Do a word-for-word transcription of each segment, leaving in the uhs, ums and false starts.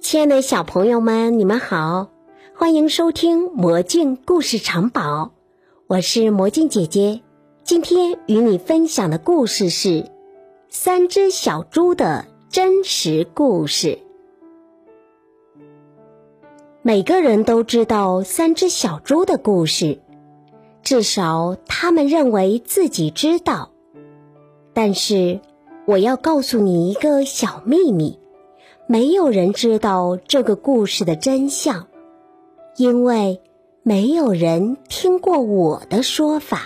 亲爱的小朋友们，你们好，欢迎收听魔镜故事城堡，我是魔镜姐姐。今天与你分享的故事是三只小猪的真实故事。每个人都知道三只小猪的故事，至少他们认为自己知道。但是我要告诉你一个小秘密，没有人知道这个故事的真相，因为没有人听过我的说法。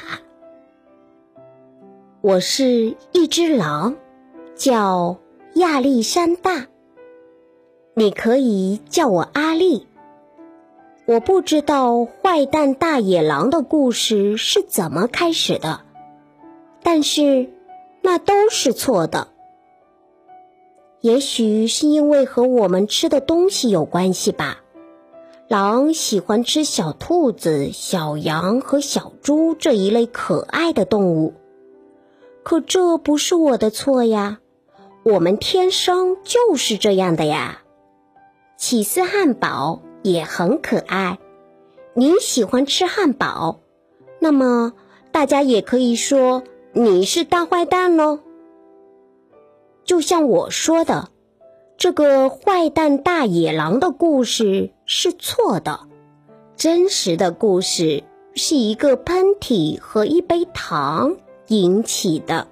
我是一只狼，叫亚历山大，你可以叫我阿丽。我不知道坏蛋大野狼的故事是怎么开始的，但是那都是错的。也许是因为和我们吃的东西有关系吧。狼喜欢吃小兔子、小羊和小猪这一类可爱的动物。可这不是我的错呀，我们天生就是这样的呀。起司汉堡也很可爱，你喜欢吃汉堡，那么大家也可以说你是大坏蛋咯。就像我说的，这个坏蛋大野狼的故事是错的，真实的故事是一个喷嚏和一杯糖引起的。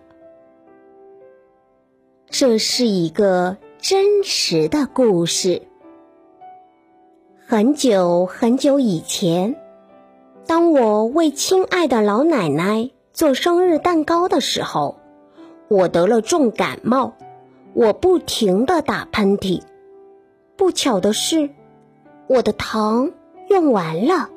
这是一个真实的故事。很久很久以前，当我为亲爱的老奶奶做生日蛋糕的时候，我得了重感冒，我不停地打喷嚏。不巧的是，我的糖用完了。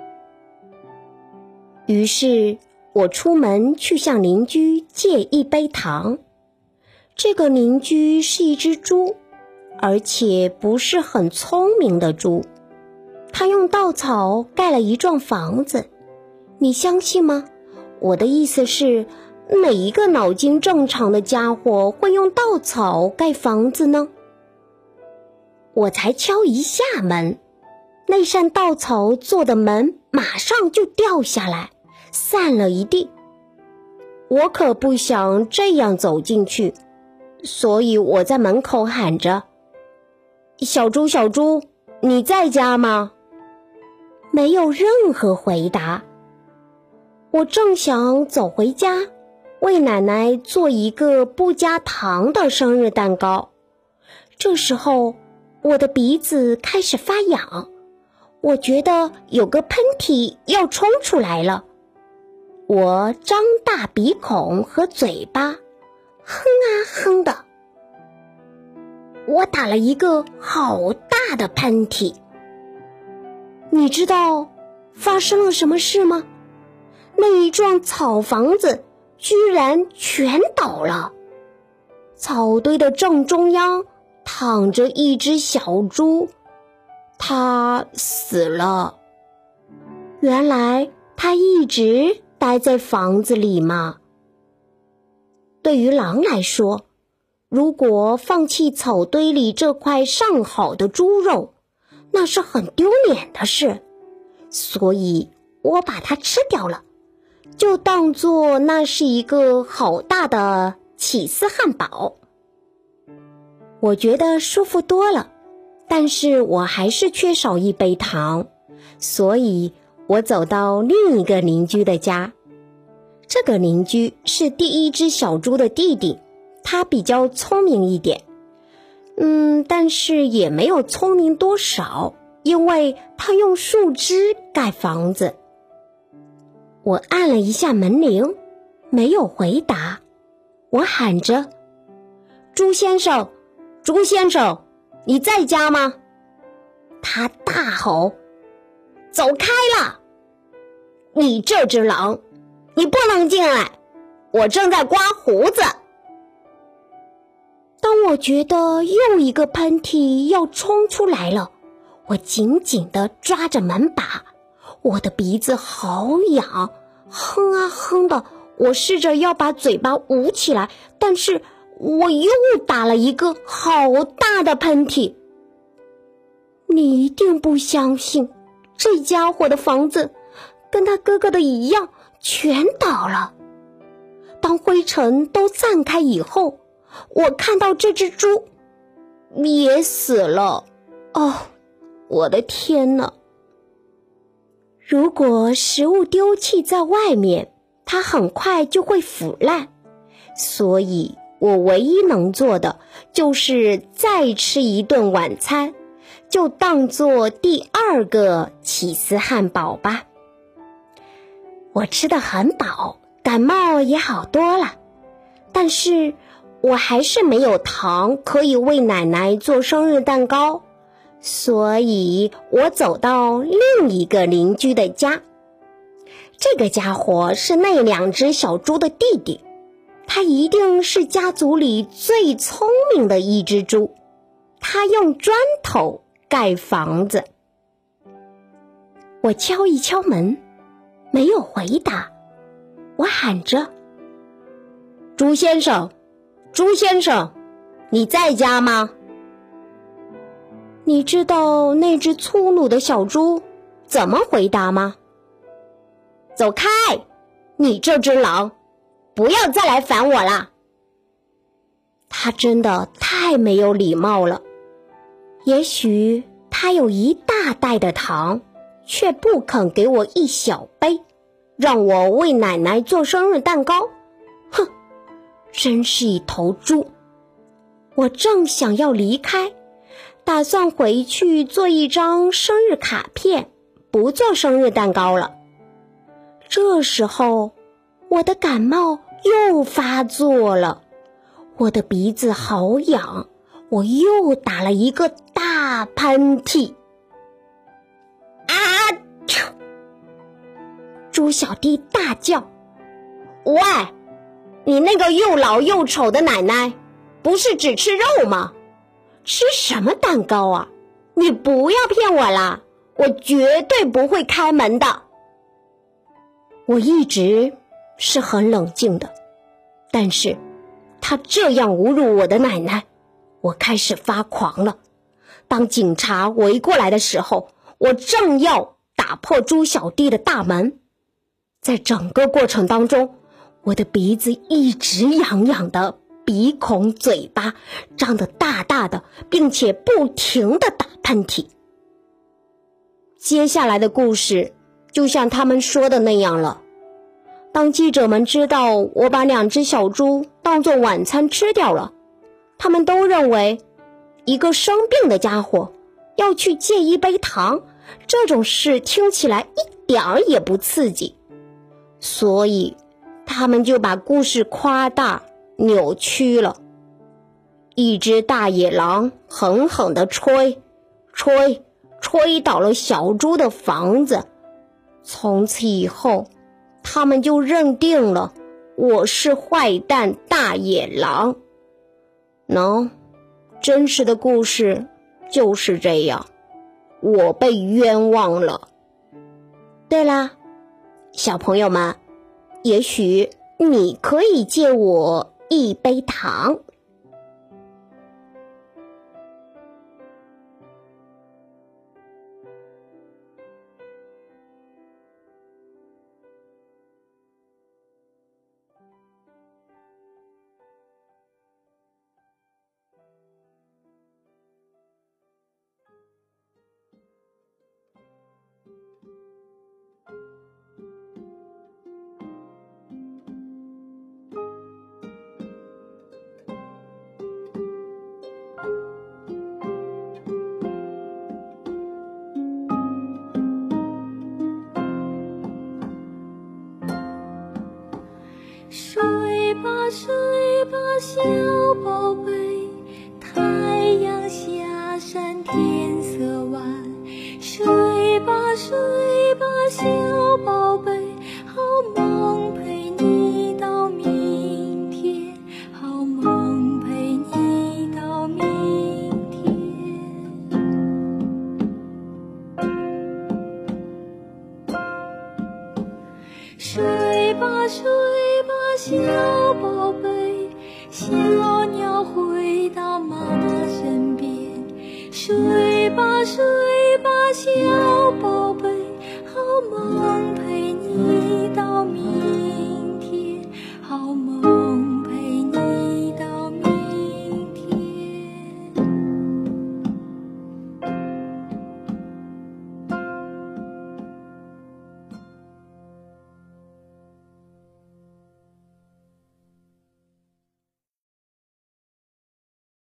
于是我出门去向邻居借一杯糖。这个邻居是一只猪，而且不是很聪明的猪。他用稻草盖了一幢房子，你相信吗？我的意思是，哪一个脑筋正常的家伙会用稻草盖房子呢？我才敲一下门，那扇稻草做的门马上就掉下来，散了一地。我可不想这样走进去，所以我在门口喊着：小猪小猪，你在家吗？没有任何回答。我正想走回家，为奶奶做一个不加糖的生日蛋糕。这时候，我的鼻子开始发痒，我觉得有个喷嚏要冲出来了。我张大鼻孔和嘴巴，哼啊哼的。我打了一个好大的喷嚏。你知道发生了什么事吗？那一幢草房子居然全倒了。草堆的正中央躺着一只小猪，它死了。原来它一直待在房子里嘛。对于狼来说，如果放弃草堆里这块上好的猪肉，那是很丢脸的事，所以我把它吃掉了，就当作那是一个好大的起司汉堡。我觉得舒服多了，但是我还是缺少一杯糖，所以我走到另一个邻居的家。这个邻居是第一只小猪的弟弟，他比较聪明一点，嗯，但是也没有聪明多少，因为他用树枝盖房子。我按了一下门铃，没有回答。我喊着：猪先生，猪先生，你在家吗？他大吼：走开了！你这只狼，你不能进来，我正在刮胡子。当我觉得又一个喷嚏要冲出来了，我紧紧地抓着门把，我的鼻子好痒，哼啊哼的，我试着要把嘴巴捂起来，但是我又打了一个好大的喷嚏。 你一定不相信，这家伙的房子跟他哥哥的一样，全倒了。当灰尘都散开以后，我看到这只猪也死了。哦，我的天哪！如果食物丢弃在外面，它很快就会腐烂，所以我唯一能做的就是再吃一顿晚餐，就当做第二个起司汉堡吧。我吃得很饱，感冒也好多了，但是我还是没有糖可以为奶奶做生日蛋糕，所以我走到另一个邻居的家。这个家伙是那两只小猪的弟弟，他一定是家族里最聪明的一只猪，他用砖头盖房子。我敲一敲门，没有回答。我喊着：猪先生，猪先生，你在家吗？你知道那只粗鲁的小猪怎么回答吗？走开，你这只狼，不要再来烦我啦！他真的太没有礼貌了。也许他有一大袋的糖，却不肯给我一小杯，让我为奶奶做生日蛋糕。哼，真是一头猪！我正想要离开，打算回去做一张生日卡片，不做生日蛋糕了。这时候，我的感冒又发作了，我的鼻子好痒，我又打了一个大喷嚏。啊！猪小弟大叫：喂，你那个又老又丑的奶奶，不是只吃肉吗？吃什么蛋糕啊？你不要骗我啦，我绝对不会开门的。我一直是很冷静的，但是他这样侮辱我的奶奶，我开始发狂了。当警察围过来的时候，我正要打破猪小弟的大门。在整个过程当中，我的鼻子一直痒痒的，鼻孔嘴巴张得大大的，并且不停地打喷嚏。接下来的故事就像他们说的那样了。当记者们知道我把两只小猪当作晚餐吃掉了，他们都认为一个生病的家伙要去借一杯糖，这种事听起来一点儿也不刺激，所以他们就把故事夸大扭曲了。一只大野狼狠狠地吹吹吹倒了小猪的房子，从此以后他们就认定了我是坏蛋大野狼。喏，真实的故事就是这样，我被冤枉了。对啦，小朋友们，也许你可以借我一杯糖。 睡吧睡吧小宝贝，太阳下山天色晚。睡吧睡吧小宝贝，好梦陪你到明天，好梦陪你到明天。睡吧睡吧小宝贝，小鸟回到妈妈身边。睡吧睡